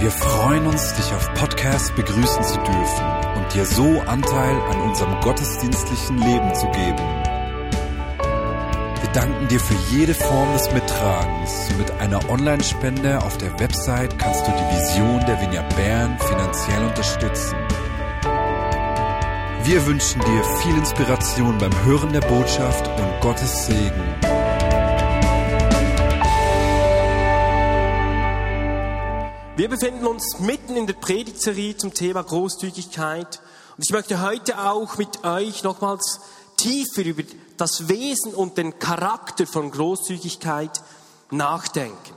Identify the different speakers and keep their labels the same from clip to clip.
Speaker 1: Wir freuen uns, dich auf Podcast begrüßen zu dürfen und dir so Anteil an unserem gottesdienstlichen Leben zu geben. Wir danken dir für jede Form des Mittragens. Mit einer Online-Spende auf der Website kannst du die Vision der Vineyard Bern finanziell unterstützen. Wir wünschen dir viel Inspiration beim Hören der Botschaft und Gottes Segen.
Speaker 2: Wir befinden uns mitten in der Predigtserie zum Thema Großzügigkeit. Und ich möchte heute auch mit euch nochmals tiefer über das Wesen und den Charakter von Großzügigkeit nachdenken.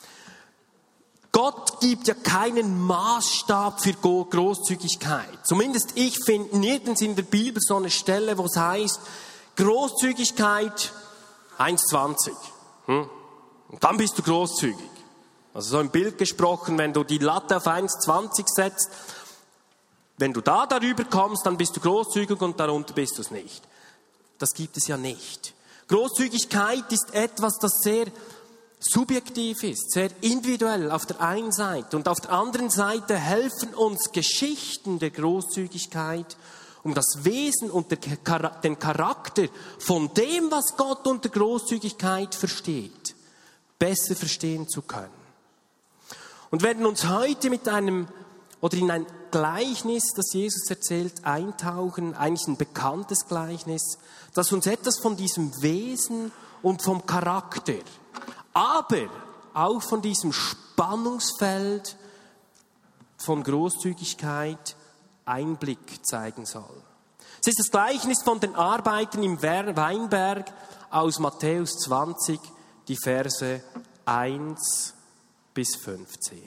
Speaker 2: Gott gibt ja keinen Maßstab für Großzügigkeit. Zumindest ich finde nirgends in der Bibel so eine Stelle, wo es heißt, Großzügigkeit 1,20. Und dann bist du großzügig. Also so im Bild gesprochen, wenn du die Latte auf 1,20 setzt, wenn du da darüber kommst, dann bist du großzügig und darunter bist du es nicht. Das gibt es ja nicht. Großzügigkeit ist etwas, das sehr subjektiv ist, sehr individuell auf der einen Seite. Und auf der anderen Seite helfen uns Geschichten der Großzügigkeit, um das Wesen und den Charakter von dem, was Gott unter Großzügigkeit versteht, besser verstehen zu können. Und werden uns heute in ein Gleichnis, das Jesus erzählt, eintauchen, eigentlich ein bekanntes Gleichnis, das uns etwas von diesem Wesen und vom Charakter, aber auch von diesem Spannungsfeld von Großzügigkeit Einblick zeigen soll. Es ist das Gleichnis von den Arbeitern im Weinberg aus Matthäus 20, die Verse 1 bis 15.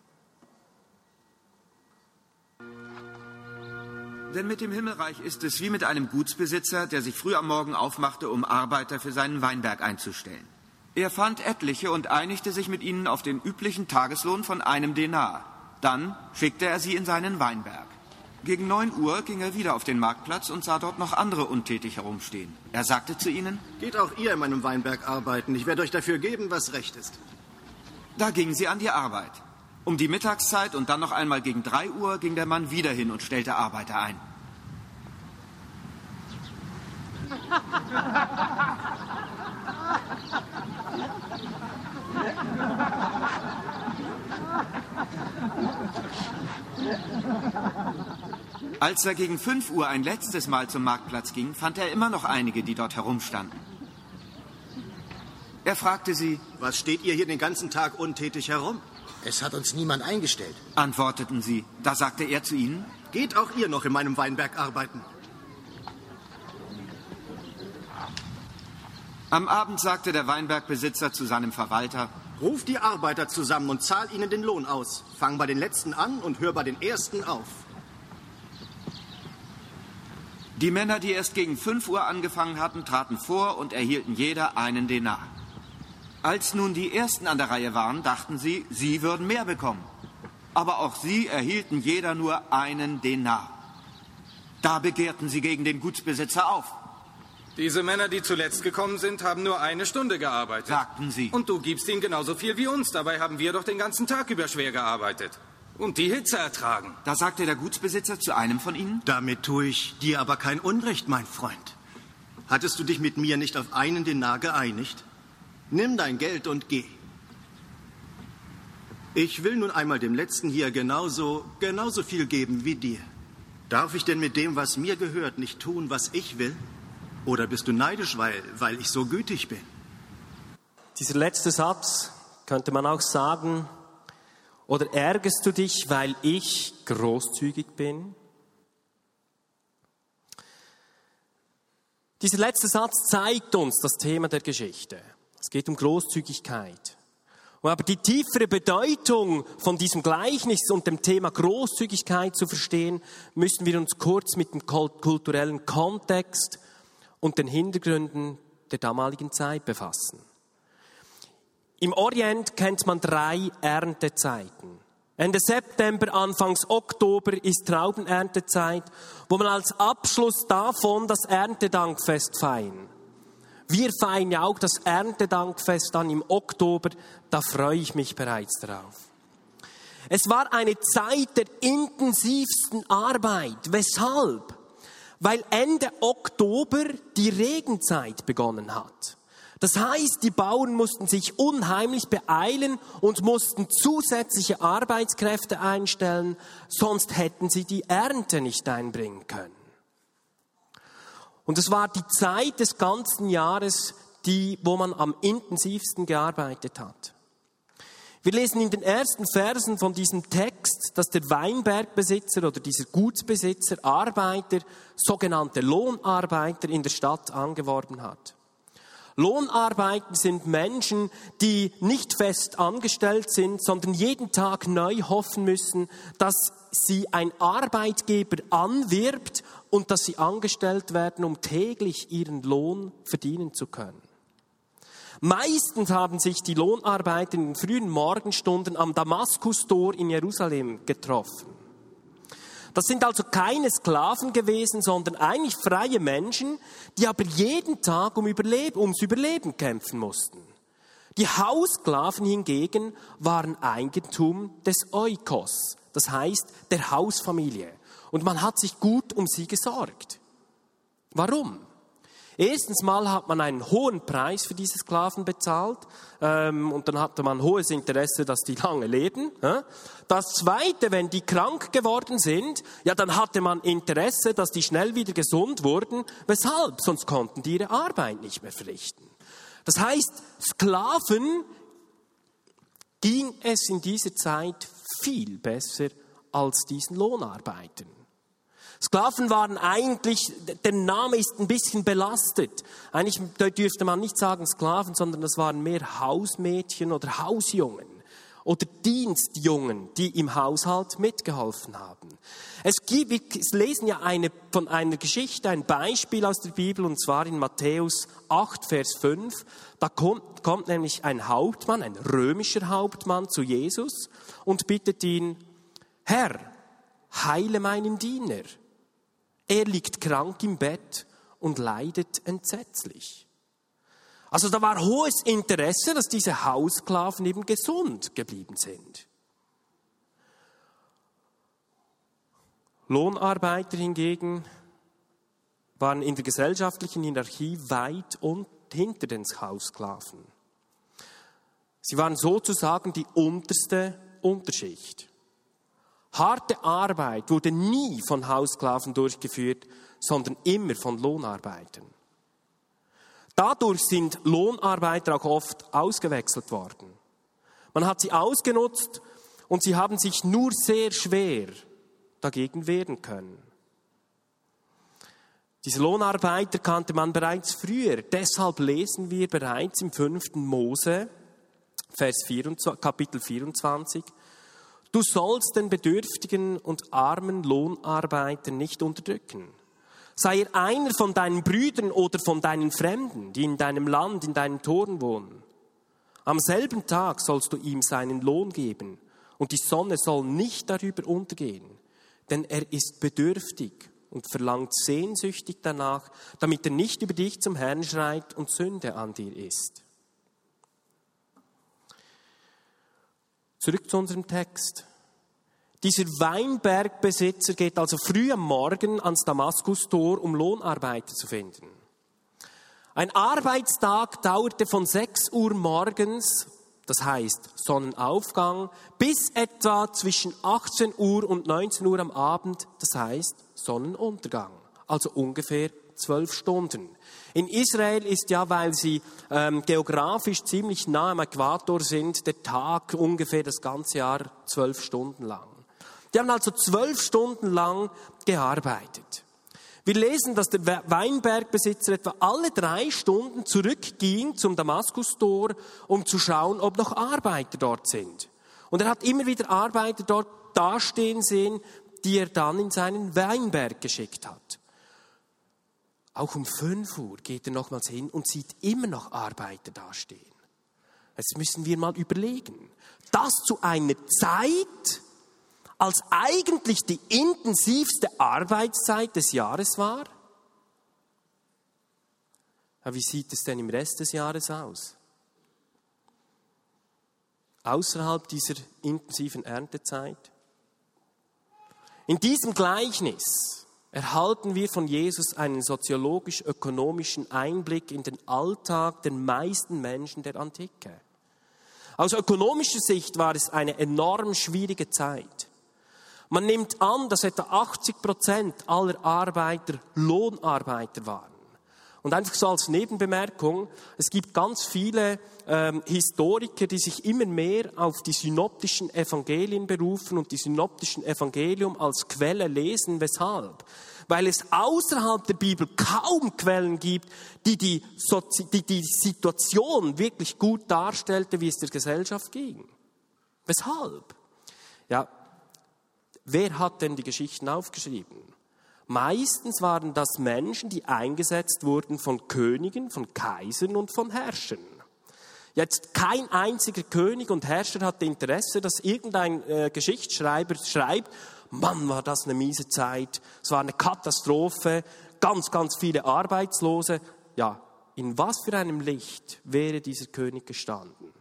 Speaker 3: Denn mit dem Himmelreich ist es wie mit einem Gutsbesitzer, der sich früh am Morgen aufmachte, um Arbeiter für seinen Weinberg einzustellen. Er fand etliche und einigte sich mit ihnen auf den üblichen Tageslohn von 1 Denar. Dann schickte er sie in seinen Weinberg. Gegen 9 Uhr ging er wieder auf den Marktplatz und sah dort noch andere untätig herumstehen. Er sagte zu ihnen:
Speaker 4: Geht auch ihr in meinem Weinberg arbeiten, ich werde euch dafür geben, was recht ist.
Speaker 3: Da gingen sie an die Arbeit. Um die Mittagszeit und dann noch einmal gegen 3 Uhr ging der Mann wieder hin und stellte Arbeiter ein. Als er gegen 5 Uhr ein letztes Mal zum Marktplatz ging, fand er immer noch einige, die dort herumstanden. Er fragte sie:
Speaker 4: Was steht ihr hier den ganzen Tag untätig herum?
Speaker 5: Es hat uns niemand eingestellt,
Speaker 3: antworteten sie. Da sagte er zu ihnen:
Speaker 4: Geht auch ihr noch in meinem Weinberg arbeiten.
Speaker 3: Am Abend sagte der Weinbergbesitzer zu seinem Verwalter:
Speaker 4: Ruf die Arbeiter zusammen und zahl ihnen den Lohn aus. Fang bei den Letzten an und hör bei den Ersten auf.
Speaker 3: Die Männer, die erst gegen 5 Uhr angefangen hatten, traten vor und erhielten jeder 1 Denar. Als nun die Ersten an der Reihe waren, dachten sie, sie würden mehr bekommen. Aber auch sie erhielten jeder nur 1 Denar. Da begehrten sie gegen den Gutsbesitzer auf.
Speaker 6: Diese Männer, die zuletzt gekommen sind, haben nur 1 Stunde gearbeitet,
Speaker 3: sagten sie.
Speaker 6: Und du gibst ihnen genauso viel wie uns. Dabei haben wir doch den ganzen Tag über schwer gearbeitet und die Hitze ertragen.
Speaker 3: Da sagte der Gutsbesitzer zu einem von ihnen:
Speaker 4: Damit tue ich dir aber kein Unrecht, mein Freund. Hattest du dich mit mir nicht auf 1 Denar geeinigt? Nimm dein Geld und geh. Ich will nun einmal dem Letzten hier genauso viel geben wie dir. Darf ich denn mit dem, was mir gehört, nicht tun, was ich will? Oder bist du neidisch, weil ich so gütig bin?
Speaker 2: Dieser letzte Satz könnte man auch sagen: Oder ärgerst du dich, weil ich großzügig bin? Dieser letzte Satz zeigt uns das Thema der Geschichte. Es geht um Großzügigkeit. Aber die tiefere Bedeutung von diesem Gleichnis und dem Thema Großzügigkeit zu verstehen, müssen wir uns kurz mit dem kulturellen Kontext und den Hintergründen der damaligen Zeit befassen. Im Orient kennt man 3 Erntezeiten. Ende September, Anfangs Oktober ist Traubenerntezeit, wo man als Abschluss davon das Erntedankfest feiern. Wir feiern ja auch das Erntedankfest dann im Oktober, da freue ich mich bereits darauf. Es war eine Zeit der intensivsten Arbeit. Weshalb? Weil Ende Oktober die Regenzeit begonnen hat. Das heißt, die Bauern mussten sich unheimlich beeilen und mussten zusätzliche Arbeitskräfte einstellen, sonst hätten sie die Ernte nicht einbringen können. Und es war die Zeit des ganzen Jahres, wo man am intensivsten gearbeitet hat. Wir lesen in den ersten Versen von diesem Text, dass der Weinbergbesitzer oder dieser Gutsbesitzer Arbeiter, sogenannte Lohnarbeiter in der Stadt angeworben hat. Lohnarbeiter sind Menschen, die nicht fest angestellt sind, sondern jeden Tag neu hoffen müssen, dass sie ein Arbeitgeber anwirbt und dass sie angestellt werden, um täglich ihren Lohn verdienen zu können. Meistens haben sich die Lohnarbeiter in den frühen Morgenstunden am Damaskustor in Jerusalem getroffen. Das sind also keine Sklaven gewesen, sondern eigentlich freie Menschen, die aber jeden Tag ums Überleben kämpfen mussten. Die Haussklaven hingegen waren Eigentum des Oikos, das heißt der Hausfamilie. Und man hat sich gut um sie gesorgt. Warum? Erstens mal hat man einen hohen Preis für diese Sklaven bezahlt und dann hatte man hohes Interesse, dass die lange leben. Das Zweite, wenn die krank geworden sind, ja, dann hatte man Interesse, dass die schnell wieder gesund wurden. Weshalb? Sonst konnten die ihre Arbeit nicht mehr verrichten. Das heißt, Sklaven ging es in dieser Zeit viel besser als diesen Lohnarbeitern. Sklaven waren eigentlich, der Name ist ein bisschen belastet. Eigentlich dürfte man nicht sagen Sklaven, sondern das waren mehr Hausmädchen oder Hausjungen oder Dienstjungen, die im Haushalt mitgeholfen haben. Wir lesen ja von einer Geschichte, ein Beispiel aus der Bibel, und zwar in Matthäus 8, Vers 5. Da kommt nämlich ein Hauptmann, ein römischer Hauptmann zu Jesus und bittet ihn, Herr, heile meinen Diener. Er liegt krank im Bett und leidet entsetzlich. Also da war hohes Interesse, dass diese Haussklaven eben gesund geblieben sind. Lohnarbeiter hingegen waren in der gesellschaftlichen Hierarchie weit und hinter den Haussklaven. Sie waren sozusagen die unterste Unterschicht. Harte Arbeit wurde nie von Haussklaven durchgeführt, sondern immer von Lohnarbeitern. Dadurch sind Lohnarbeiter auch oft ausgewechselt worden. Man hat sie ausgenutzt und sie haben sich nur sehr schwer dagegen wehren können. Diese Lohnarbeiter kannte man bereits früher. Deshalb lesen wir bereits im 5. Mose, Kapitel 24, du sollst den bedürftigen und armen Lohnarbeiter nicht unterdrücken. Sei er einer von deinen Brüdern oder von deinen Fremden, die in deinem Land, in deinen Toren wohnen. Am selben Tag sollst du ihm seinen Lohn geben und die Sonne soll nicht darüber untergehen, denn er ist bedürftig und verlangt sehnsüchtig danach, damit er nicht über dich zum Herrn schreit und Sünde an dir ist. Zurück zu unserem Text. Dieser Weinbergbesitzer geht also früh am Morgen ans Damaskustor, um Lohnarbeiter zu finden. Ein Arbeitstag dauerte von 6 Uhr morgens, das heißt Sonnenaufgang, bis etwa zwischen 18 Uhr und 19 Uhr am Abend, das heißt Sonnenuntergang, also ungefähr 12 Stunden. In Israel ist ja, weil sie geografisch ziemlich nah am Äquator sind, der Tag ungefähr das ganze Jahr 12 Stunden lang. Die haben also 12 Stunden lang gearbeitet. Wir lesen, dass der Weinbergbesitzer etwa alle 3 Stunden zurückging zum Damaskustor, um zu schauen, ob noch Arbeiter dort sind. Und er hat immer wieder Arbeiter dort dastehen sehen, die er dann in seinen Weinberg geschickt hat. Auch um 5 Uhr geht er nochmals hin und sieht immer noch Arbeiter dastehen. Jetzt müssen wir mal überlegen. Das zu einer Zeit, als eigentlich die intensivste Arbeitszeit des Jahres war? Ja, wie sieht es denn im Rest des Jahres aus? außerhalb dieser intensiven Erntezeit? In diesem Gleichnis erhalten wir von Jesus einen soziologisch-ökonomischen Einblick in den Alltag der meisten Menschen der Antike. Aus ökonomischer Sicht war es eine enorm schwierige Zeit. Man nimmt an, dass etwa 80% aller Arbeiter Lohnarbeiter waren. Und einfach so als Nebenbemerkung, es gibt ganz viele Historiker, die sich immer mehr auf die synoptischen Evangelien berufen und die synoptischen Evangelium als Quelle lesen. Weshalb? Weil es außerhalb der Bibel kaum Quellen gibt, die die Situation wirklich gut darstellte, wie es der Gesellschaft ging. Weshalb? Ja, wer hat denn die Geschichten aufgeschrieben? Meistens waren das Menschen, die eingesetzt wurden von Königen, von Kaisern und von Herrschern. Jetzt kein einziger König und Herrscher hatte Interesse, dass irgendein Geschichtsschreiber schreibt, Mann, war das eine miese Zeit, es war eine Katastrophe, ganz, ganz viele Arbeitslose. Ja, in was für einem Licht wäre dieser König gestanden?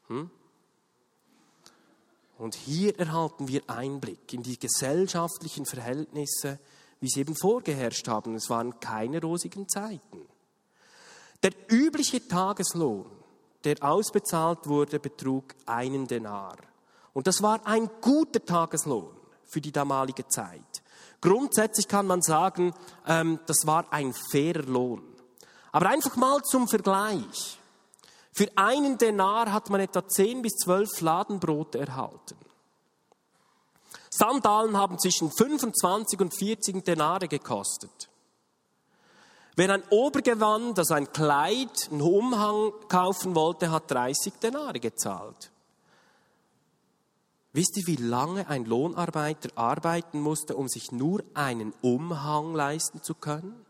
Speaker 2: Und hier erhalten wir Einblick in die gesellschaftlichen Verhältnisse, wie sie eben vorgeherrscht haben. Es waren keine rosigen Zeiten. Der übliche Tageslohn, der ausbezahlt wurde, betrug 1 Denar. Und das war ein guter Tageslohn für die damalige Zeit. Grundsätzlich kann man sagen, das war ein fairer Lohn. Aber einfach mal zum Vergleich. Für 1 Denar hat man etwa 10 bis 12 Fladenbrote erhalten. Sandalen haben zwischen 25 und 40 Denare gekostet. Wer ein Obergewand, also ein Kleid, einen Umhang kaufen wollte, hat 30 Denare gezahlt. Wisst ihr, wie lange ein Lohnarbeiter arbeiten musste, um sich nur einen Umhang leisten zu können?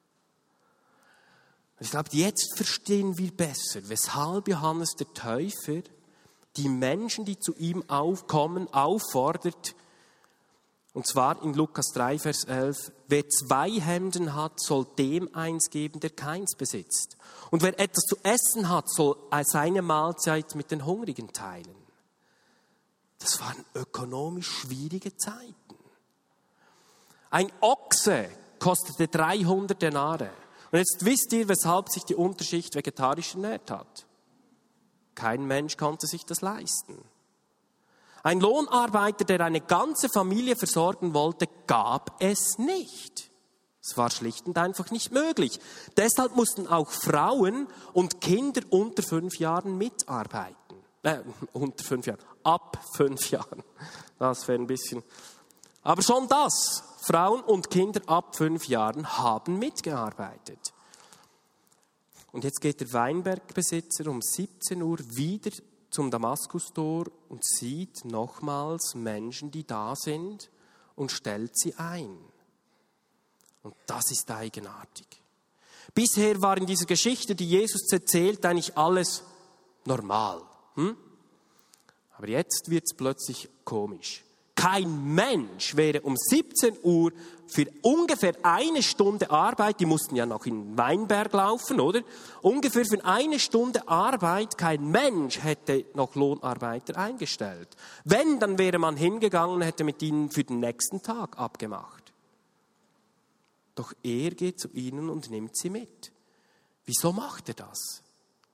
Speaker 2: Ich glaube, jetzt verstehen wir besser, weshalb Johannes der Täufer die Menschen, die zu ihm aufkommen, auffordert. Und zwar in Lukas 3, Vers 11, wer 2 Hemden hat, soll dem eins geben, der keins besitzt. Und wer etwas zu essen hat, soll seine Mahlzeit mit den Hungrigen teilen. Das waren ökonomisch schwierige Zeiten. Ein Ochse kostete 300 Denare. Und jetzt wisst ihr, weshalb sich die Unterschicht vegetarisch ernährt hat. Kein Mensch konnte sich das leisten. Ein Lohnarbeiter, der eine ganze Familie versorgen wollte, gab es nicht. Es war schlicht und einfach nicht möglich. Deshalb mussten auch Frauen und Kinder unter 5 Jahren mitarbeiten. Unter 5 Jahren, ab 5 Jahren. Das wäre ein bisschen... Aber schon das. Frauen und Kinder ab 5 Jahren haben mitgearbeitet. Und jetzt geht der Weinbergbesitzer um 17 Uhr wieder zum Damaskustor und sieht nochmals Menschen, die da sind, und stellt sie ein. Und das ist eigenartig. Bisher war in dieser Geschichte, die Jesus erzählt, eigentlich alles normal. Aber jetzt wird es plötzlich komisch. Kein Mensch wäre um 17 Uhr für ungefähr 1 Stunde Arbeit, die mussten ja noch in den Weinberg laufen, oder? Ungefähr für 1 Stunde Arbeit, kein Mensch hätte noch Lohnarbeiter eingestellt. Wenn, dann wäre man hingegangen und hätte mit ihnen für den nächsten Tag abgemacht. Doch er geht zu ihnen und nimmt sie mit. Wieso macht er das?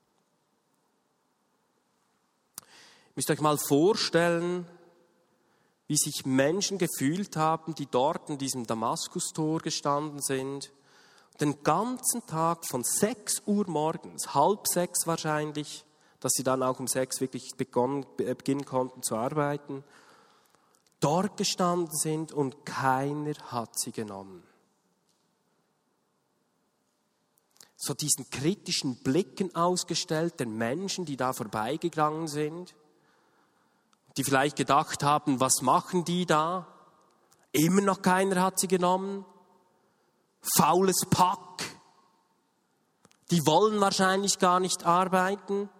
Speaker 2: Ihr müsst euch mal vorstellen, wie sich Menschen gefühlt haben, die dort in diesem Damaskustor gestanden sind, den ganzen Tag von 6 Uhr morgens, 5:30 wahrscheinlich, dass sie dann auch um 6 wirklich beginnen konnten zu arbeiten, dort gestanden sind und keiner hat sie genommen. So diesen kritischen Blicken ausgestellt, den Menschen, die da vorbeigegangen sind, die vielleicht gedacht haben, was machen die da? Immer noch keiner hat sie genommen. Faules Pack. Die wollen wahrscheinlich gar nicht arbeiten.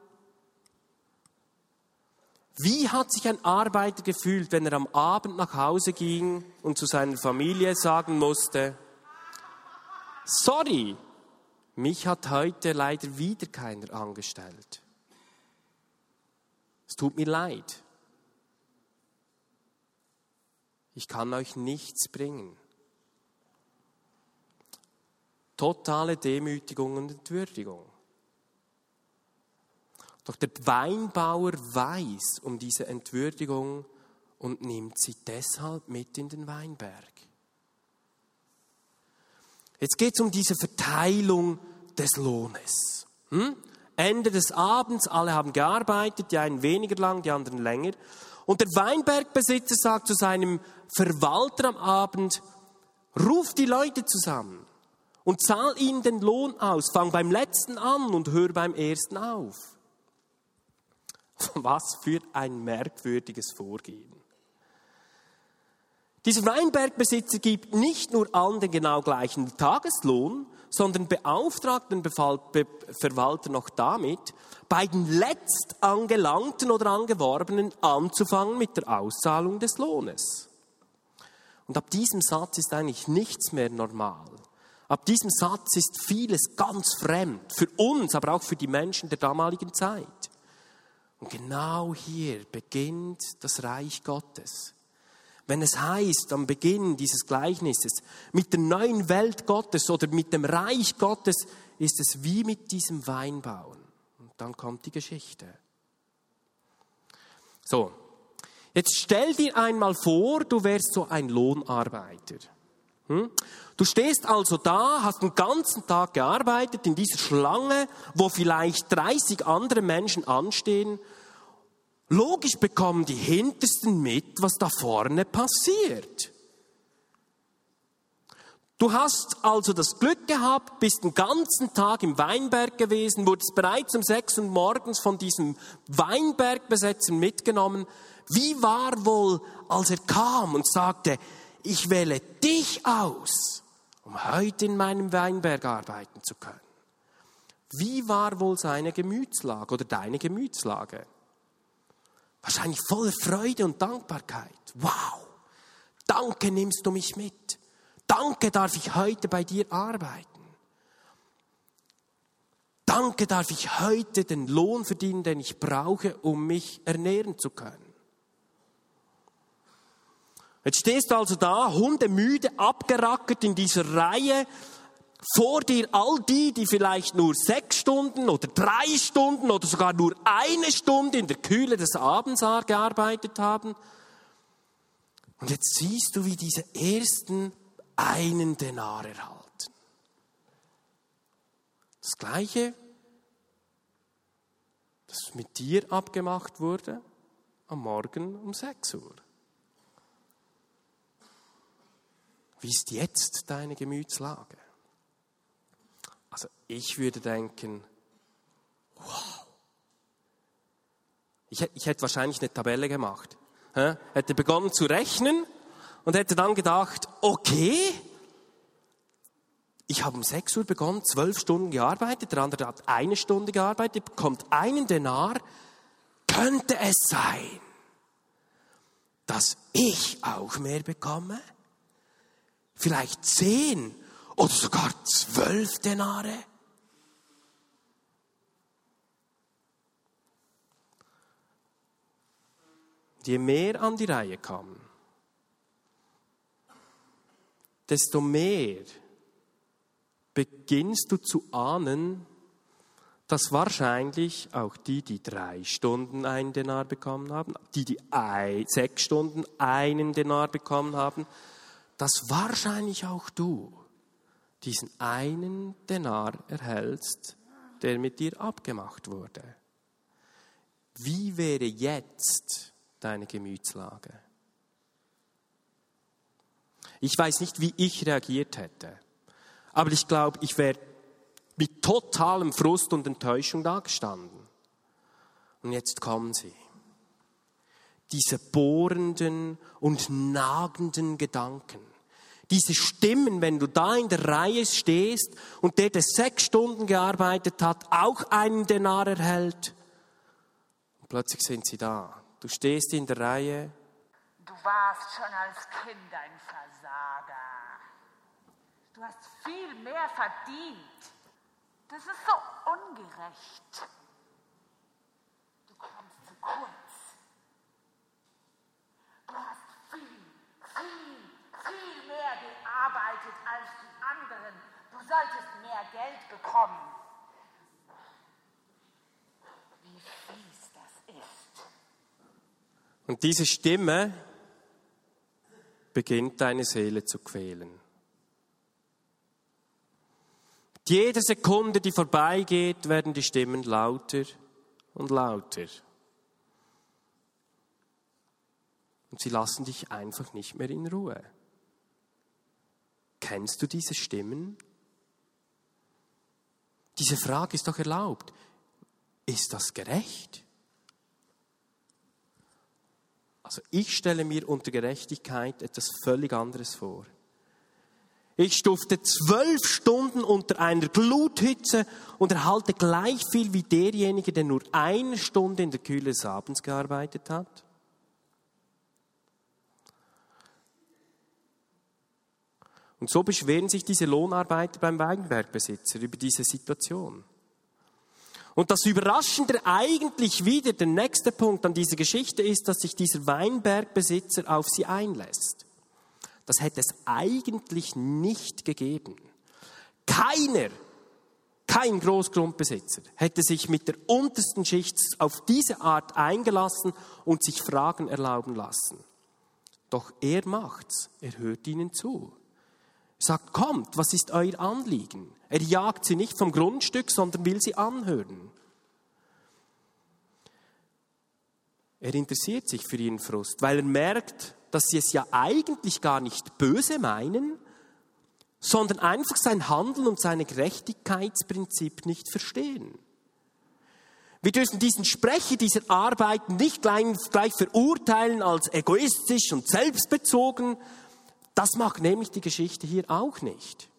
Speaker 2: Wie hat sich ein Arbeiter gefühlt, wenn er am Abend nach Hause ging und zu seiner Familie sagen musste, sorry, mich hat heute leider wieder keiner angestellt. Es tut mir leid. Ich kann euch nichts bringen. Totale Demütigung und Entwürdigung. Doch der Weinbauer weiß um diese Entwürdigung und nimmt sie deshalb mit in den Weinberg. Jetzt geht es um diese Verteilung des Lohnes. Ende des Abends, alle haben gearbeitet, die einen weniger lang, die anderen länger. Und der Weinbergbesitzer sagt zu seinem Verwalter am Abend, ruf die Leute zusammen und zahl ihnen den Lohn aus. Fang beim letzten an und hör beim ersten auf. Was für ein merkwürdiges Vorgehen. Dieser Weinbergbesitzer gibt nicht nur allen den genau gleichen Tageslohn, sondern beauftragt den Verwalter noch damit, bei den Letztangelangten oder Angeworbenen anzufangen mit der Auszahlung des Lohnes. Und ab diesem Satz ist eigentlich nichts mehr normal. Ab diesem Satz ist vieles ganz fremd, für uns, aber auch für die Menschen der damaligen Zeit. Und genau hier beginnt das Reich Gottes. Wenn es heißt, am Beginn dieses Gleichnisses, mit der neuen Welt Gottes oder mit dem Reich Gottes, ist es wie mit diesem Weinbauen. Und dann kommt die Geschichte. So, jetzt stell dir einmal vor, du wärst so ein Lohnarbeiter. Du stehst also da, hast den ganzen Tag gearbeitet in dieser Schlange, wo vielleicht 30 andere Menschen anstehen. Logisch bekommen die Hintersten mit, was da vorne passiert. Du hast also das Glück gehabt, bist den ganzen Tag im Weinberg gewesen, wurdest bereits um 6 Uhr morgens von diesem Weinbergbesitzer mitgenommen. Wie war wohl, als er kam und sagte, ich wähle dich aus, um heute in meinem Weinberg arbeiten zu können? Wie war wohl seine Gemütslage oder deine Gemütslage? Wahrscheinlich voller Freude und Dankbarkeit. Wow, danke nimmst du mich mit. Danke darf ich heute bei dir arbeiten. Danke darf ich heute den Lohn verdienen, den ich brauche, um mich ernähren zu können. Jetzt stehst du also da, hundemüde, abgerackert in dieser Reihe. Vor dir all die, die vielleicht nur 6 Stunden oder 3 Stunden oder sogar nur 1 Stunde in der Kühle des Abends gearbeitet haben. Und jetzt siehst du, wie diese ersten einen Denar erhalten. Das Gleiche, das mit dir abgemacht wurde am Morgen um 6 Uhr. Wie ist jetzt deine Gemütslage? Also ich würde denken, wow. Ich hätte wahrscheinlich eine Tabelle gemacht. Hätte begonnen zu rechnen und hätte dann gedacht, okay, ich habe um 6 Uhr begonnen, 12 Stunden gearbeitet, der andere hat 1 Stunde gearbeitet, bekommt 1 Denar. Könnte es sein, dass ich auch mehr bekomme? Vielleicht 10 oder sogar 12 Denare? Je mehr an die Reihe kamen, desto mehr beginnst du zu ahnen, dass wahrscheinlich auch die 3 Stunden 1 Denar bekommen haben, die 6 Stunden 1 Denar bekommen haben, dass wahrscheinlich auch du diesen 1 Denar erhältst, der mit dir abgemacht wurde. Wie wäre jetzt deine Gemütslage? Ich weiß nicht, wie ich reagiert hätte, aber ich glaube, ich wäre mit totalem Frust und Enttäuschung dagestanden. Und jetzt kommen sie. Diese bohrenden und nagenden Gedanken. Diese Stimmen, wenn du da in der Reihe stehst und der 6 Stunden gearbeitet hat, auch 1 Denar erhält. Und plötzlich sind sie da. Du stehst in der Reihe.
Speaker 7: Du warst schon als Kind ein Versager. Du hast viel mehr verdient. Das ist so ungerecht. Du kommst zu kurz.
Speaker 2: Und diese Stimme beginnt deine Seele zu quälen. Mit jeder Sekunde, die vorbeigeht, werden die Stimmen lauter und lauter. Und sie lassen dich einfach nicht mehr in Ruhe. Kennst du diese Stimmen? Diese Frage ist doch erlaubt. Ist das gerecht? Also ich stelle mir unter Gerechtigkeit etwas völlig anderes vor. Ich stufte 12 Stunden unter einer Gluthitze und erhalte gleich viel wie derjenige, der nur 1 Stunde in der Kühle des Abends gearbeitet hat. Und so beschweren sich diese Lohnarbeiter beim Weinbergbesitzer über diese Situation. Und das Überraschende eigentlich wieder, der nächste Punkt an dieser Geschichte ist, dass sich dieser Weinbergbesitzer auf sie einlässt. Das hätte es eigentlich nicht gegeben. Kein Großgrundbesitzer hätte sich mit der untersten Schicht auf diese Art eingelassen und sich Fragen erlauben lassen. Doch er macht's, er hört ihnen zu. Er sagt, kommt, was ist euer Anliegen? Er jagt sie nicht vom Grundstück, sondern will sie anhören. Er interessiert sich für ihren Frust, weil er merkt, dass sie es ja eigentlich gar nicht böse meinen, sondern einfach sein Handeln und sein Gerechtigkeitsprinzip nicht verstehen. Wir dürfen diesen Sprecher dieser Arbeit nicht gleich verurteilen als egoistisch und selbstbezogen. Das macht nämlich die Geschichte hier auch nicht.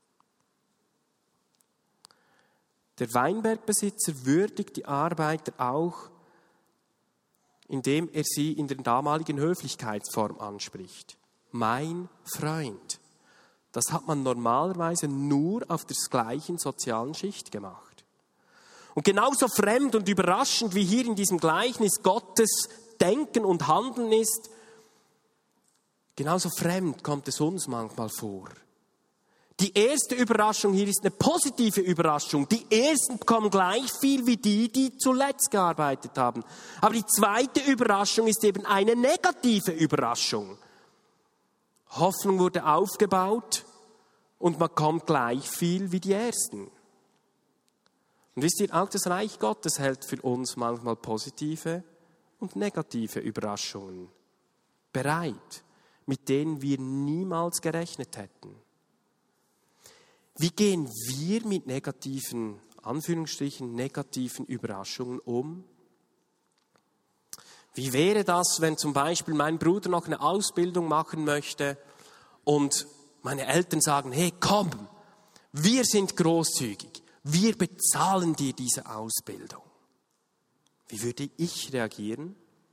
Speaker 2: Der Weinbergbesitzer würdigt die Arbeiter auch, indem er sie in der damaligen Höflichkeitsform anspricht. Mein Freund. Das hat man normalerweise nur auf der gleichen sozialen Schicht gemacht. Und genauso fremd und überraschend wie hier in diesem Gleichnis Gottes Denken und Handeln ist, genauso fremd kommt es uns manchmal vor. Die erste Überraschung hier ist eine positive Überraschung. Die ersten bekommen gleich viel wie die zuletzt gearbeitet haben. Aber die zweite Überraschung ist eben eine negative Überraschung. Hoffnung wurde aufgebaut und man kommt gleich viel wie die ersten. Und wisst ihr, auch das Reich Gottes hält für uns manchmal positive und negative Überraschungen bereit, mit denen wir niemals gerechnet hätten. Wie gehen wir mit negativen, Anführungsstrichen, negativen Überraschungen um? Wie wäre das, wenn zum Beispiel mein Bruder noch eine Ausbildung machen möchte und meine Eltern sagen, hey, komm, wir sind großzügig, wir bezahlen dir diese Ausbildung. Wie würde ich reagieren?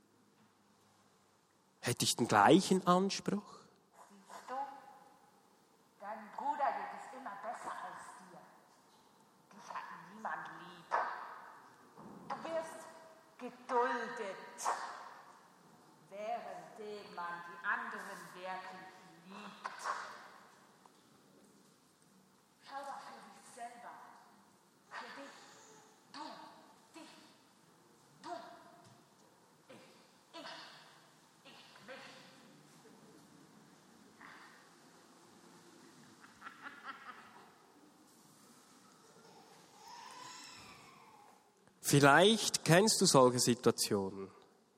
Speaker 2: Hätte ich den gleichen Anspruch?
Speaker 7: Siehst du, deinem Bruder geht es immer besser als dir. Dich hat niemand lieb. Du wirst geduldet, währenddem man die anderen wirklich liebt. Schau doch für dich selber. Für dich. Du. Dich. Du. Ich. Mich.
Speaker 2: Vielleicht kennst du solche Situationen.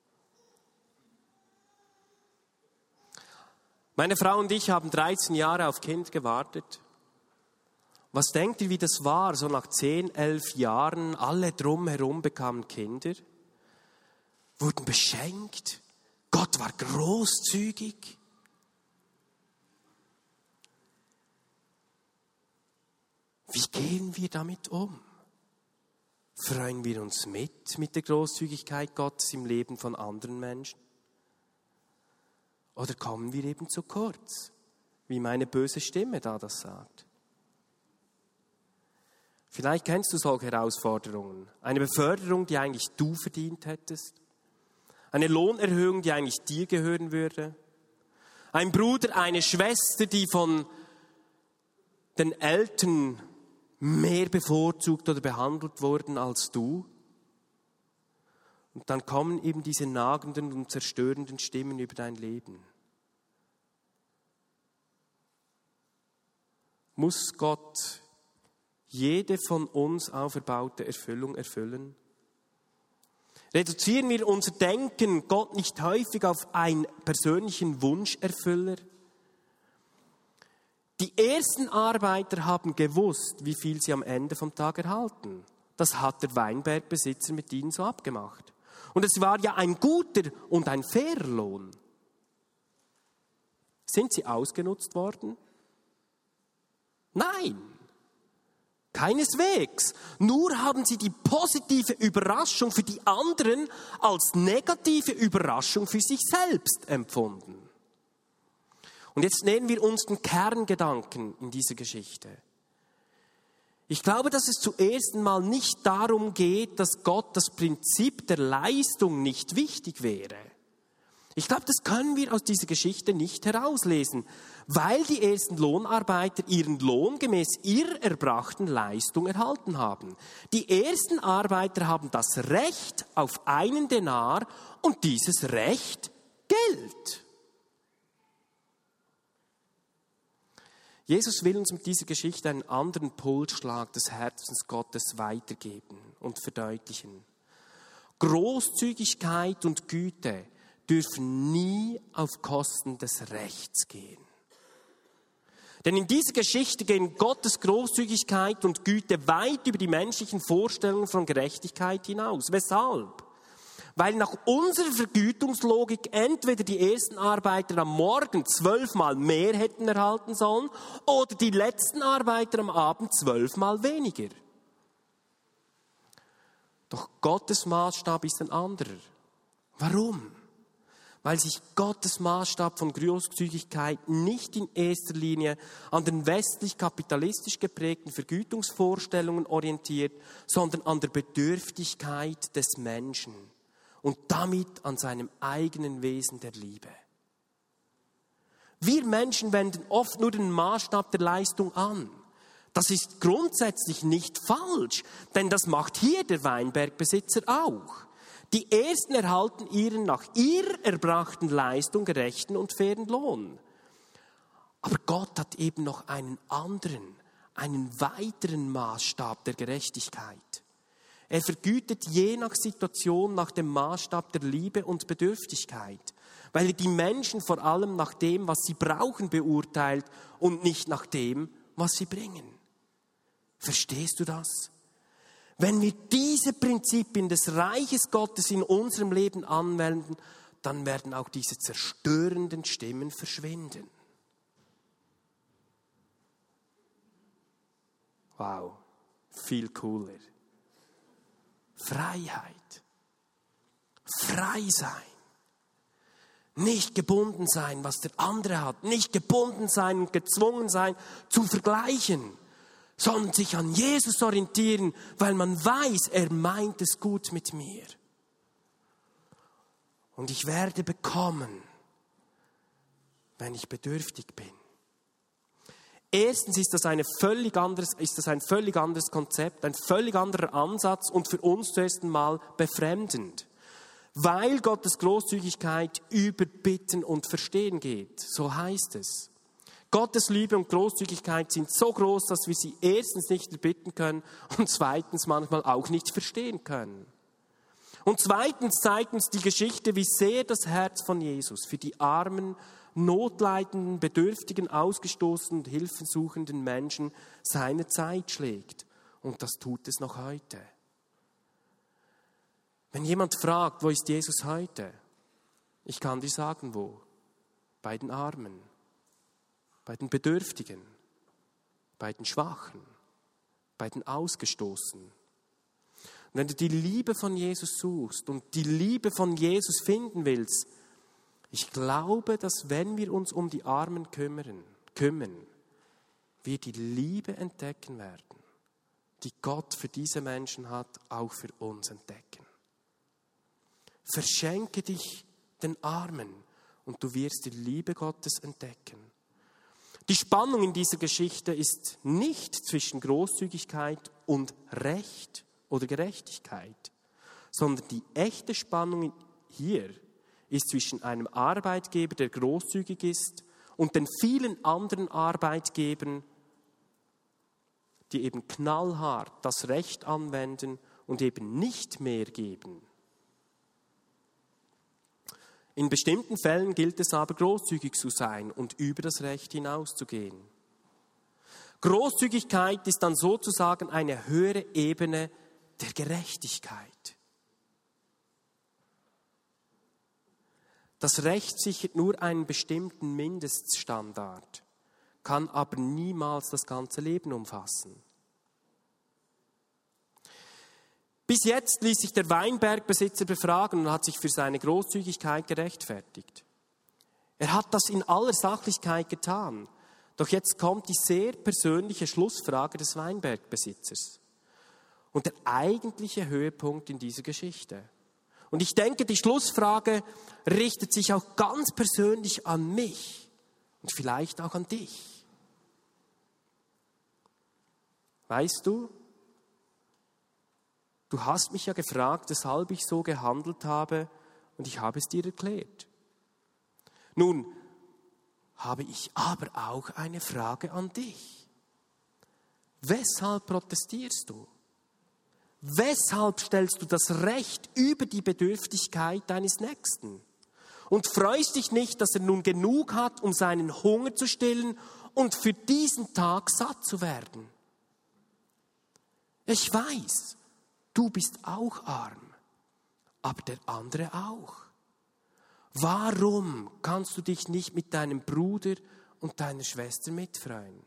Speaker 2: Meine Frau und ich haben 13 Jahre auf Kind gewartet. Was denkt ihr, wie das war? So nach 10, 11 Jahren, alle drumherum bekamen Kinder, wurden beschenkt. Gott war großzügig. Wie gehen wir damit um? Freuen wir uns mit der Großzügigkeit Gottes im Leben von anderen Menschen? Oder kommen wir eben zu kurz, wie meine böse Stimme da das sagt? Vielleicht kennst du solche Herausforderungen. Eine Beförderung, die eigentlich du verdient hättest. Eine Lohnerhöhung, die eigentlich dir gehören würde. Ein Bruder, eine Schwester, die von den Eltern mehr bevorzugt oder behandelt wurden als du. Und dann kommen eben diese nagenden und zerstörenden Stimmen über dein Leben. Muss Gott jede von uns auferbaute Erfüllung erfüllen? Reduzieren wir unser Denken Gott nicht häufig auf einen persönlichen Wunscherfüller? Die ersten Arbeiter haben gewusst, wie viel sie am Ende vom Tag erhalten. Das hat der Weinbergbesitzer mit ihnen so abgemacht. Und es war ja ein guter und ein fairer Lohn. Sind sie ausgenutzt worden? Nein, keineswegs. Nur haben sie die positive Überraschung für die anderen als negative Überraschung für sich selbst empfunden. Und jetzt nähern wir uns den Kerngedanken in dieser Geschichte. Ich glaube, dass es zuerst einmal nicht darum geht, dass Gott das Prinzip der Leistung nicht wichtig wäre. Ich glaube, das können wir aus dieser Geschichte nicht herauslesen, weil die ersten Lohnarbeiter ihren Lohn gemäß ihrer erbrachten Leistung erhalten haben. Die ersten Arbeiter haben das Recht auf einen Denar und dieses Recht Geld. Jesus will uns mit dieser Geschichte einen anderen Pulsschlag des Herzens Gottes weitergeben und verdeutlichen. Großzügigkeit und Güte dürfen nie auf Kosten des Rechts gehen. Denn in dieser Geschichte gehen Gottes Großzügigkeit und Güte weit über die menschlichen Vorstellungen von Gerechtigkeit hinaus. Weshalb? Weil nach unserer Vergütungslogik entweder die ersten Arbeiter am Morgen 12-mal mehr hätten erhalten sollen oder die letzten Arbeiter am Abend 12-mal weniger. Doch Gottes Maßstab ist ein anderer. Warum? Weil sich Gottes Maßstab von Großzügigkeit nicht in erster Linie an den westlich-kapitalistisch geprägten Vergütungsvorstellungen orientiert, sondern an der Bedürftigkeit des Menschen. Und damit an seinem eigenen Wesen der Liebe. Wir Menschen wenden oft nur den Maßstab der Leistung an. Das ist grundsätzlich nicht falsch, denn das macht hier der Weinbergbesitzer auch. Die Ersten erhalten ihren nach ihrer erbrachten Leistung gerechten und fairen Lohn. Aber Gott hat eben noch einen anderen, einen weiteren Maßstab der Gerechtigkeit. Er vergütet je nach Situation nach dem Maßstab der Liebe und Bedürftigkeit, weil er die Menschen vor allem nach dem, was sie brauchen, beurteilt und nicht nach dem, was sie bringen. Verstehst du das? Wenn wir diese Prinzipien des Reiches Gottes in unserem Leben anwenden, dann werden auch diese zerstörenden Stimmen verschwinden. Wow, viel cooler. Freiheit. Frei sein. Nicht gebunden sein, was der andere hat. Nicht gebunden sein und gezwungen sein, zu vergleichen. Sondern sich an Jesus orientieren, weil man weiß, er meint es gut mit mir. Und ich werde bekommen, wenn ich bedürftig bin. Erstens ist das ein völlig anderes Konzept, ein völlig anderer Ansatz und für uns zuerst einmal befremdend. Weil Gottes Großzügigkeit über Bitten und Verstehen geht, so heißt es. Gottes Liebe und Großzügigkeit sind so groß, dass wir sie erstens nicht erbitten können und zweitens manchmal auch nicht verstehen können. Und zweitens zeigt uns die Geschichte, wie sehr das Herz von Jesus für die armen, notleidenden, bedürftigen, ausgestoßenen und hilfesuchenden Menschen seine Zeit schlägt. Und das tut es noch heute. Wenn jemand fragt, wo ist Jesus heute? Ich kann dir sagen, wo. Bei den Armen, bei den Bedürftigen, bei den Schwachen, bei den Ausgestoßenen. Und wenn du die Liebe von Jesus suchst und die Liebe von Jesus finden willst, ich glaube, dass wenn wir uns um die Armen kümmern, wir die Liebe entdecken werden, die Gott für diese Menschen hat, auch für uns entdecken. Verschenke dich den Armen und du wirst die Liebe Gottes entdecken. Die Spannung in dieser Geschichte ist nicht zwischen Großzügigkeit und Recht oder Gerechtigkeit, sondern die echte Spannung hier ist zwischen einem Arbeitgeber, der großzügig ist, und den vielen anderen Arbeitgebern, die eben knallhart das Recht anwenden und eben nicht mehr geben. In bestimmten Fällen gilt es aber, großzügig zu sein und über das Recht hinauszugehen. Großzügigkeit ist dann sozusagen eine höhere Ebene der Gerechtigkeit. Das Recht sichert nur einen bestimmten Mindeststandard, kann aber niemals das ganze Leben umfassen. Bis jetzt ließ sich der Weinbergbesitzer befragen und hat sich für seine Großzügigkeit gerechtfertigt. Er hat das in aller Sachlichkeit getan. Doch jetzt kommt die sehr persönliche Schlussfrage des Weinbergbesitzers und der eigentliche Höhepunkt in dieser Geschichte. Und ich denke, die Schlussfrage richtet sich auch ganz persönlich an mich und vielleicht auch an dich. Weißt du, du hast mich ja gefragt, weshalb ich so gehandelt habe, und ich habe es dir erklärt. Nun habe ich aber auch eine Frage an dich. Weshalb protestierst du? Weshalb stellst du das Recht über die Bedürftigkeit deines Nächsten? Und freust dich nicht, dass er nun genug hat, um seinen Hunger zu stillen und für diesen Tag satt zu werden? Ich weiß, du bist auch arm, aber der andere auch. Warum kannst du dich nicht mit deinem Bruder und deiner Schwester mitfreuen?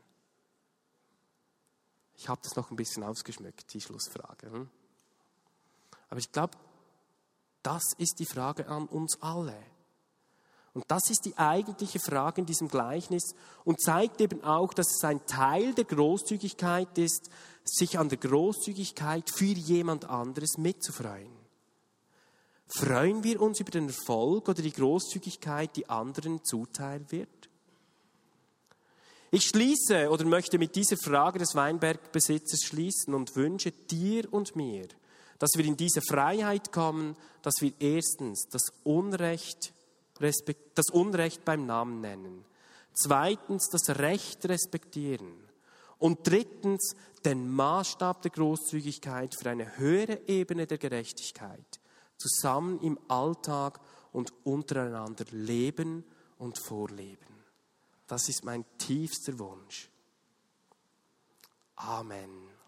Speaker 2: Ich habe das noch ein bisschen ausgeschmückt, die Schlussfrage. Aber ich glaube, das ist die Frage an uns alle. Und das ist die eigentliche Frage in diesem Gleichnis und zeigt eben auch, dass es ein Teil der Großzügigkeit ist, sich an der Großzügigkeit für jemand anderes mitzufreuen. Freuen wir uns über den Erfolg oder die Großzügigkeit, die anderen zuteil wird? Ich schließe oder möchte mit dieser Frage des Weinbergbesitzers schließen und wünsche dir und mir, dass wir in diese Freiheit kommen, dass wir erstens das Unrecht beim Namen nennen, zweitens das Recht respektieren und drittens den Maßstab der Großzügigkeit für eine höhere Ebene der Gerechtigkeit zusammen im Alltag und untereinander leben und vorleben. Das ist mein tiefster Wunsch. Amen.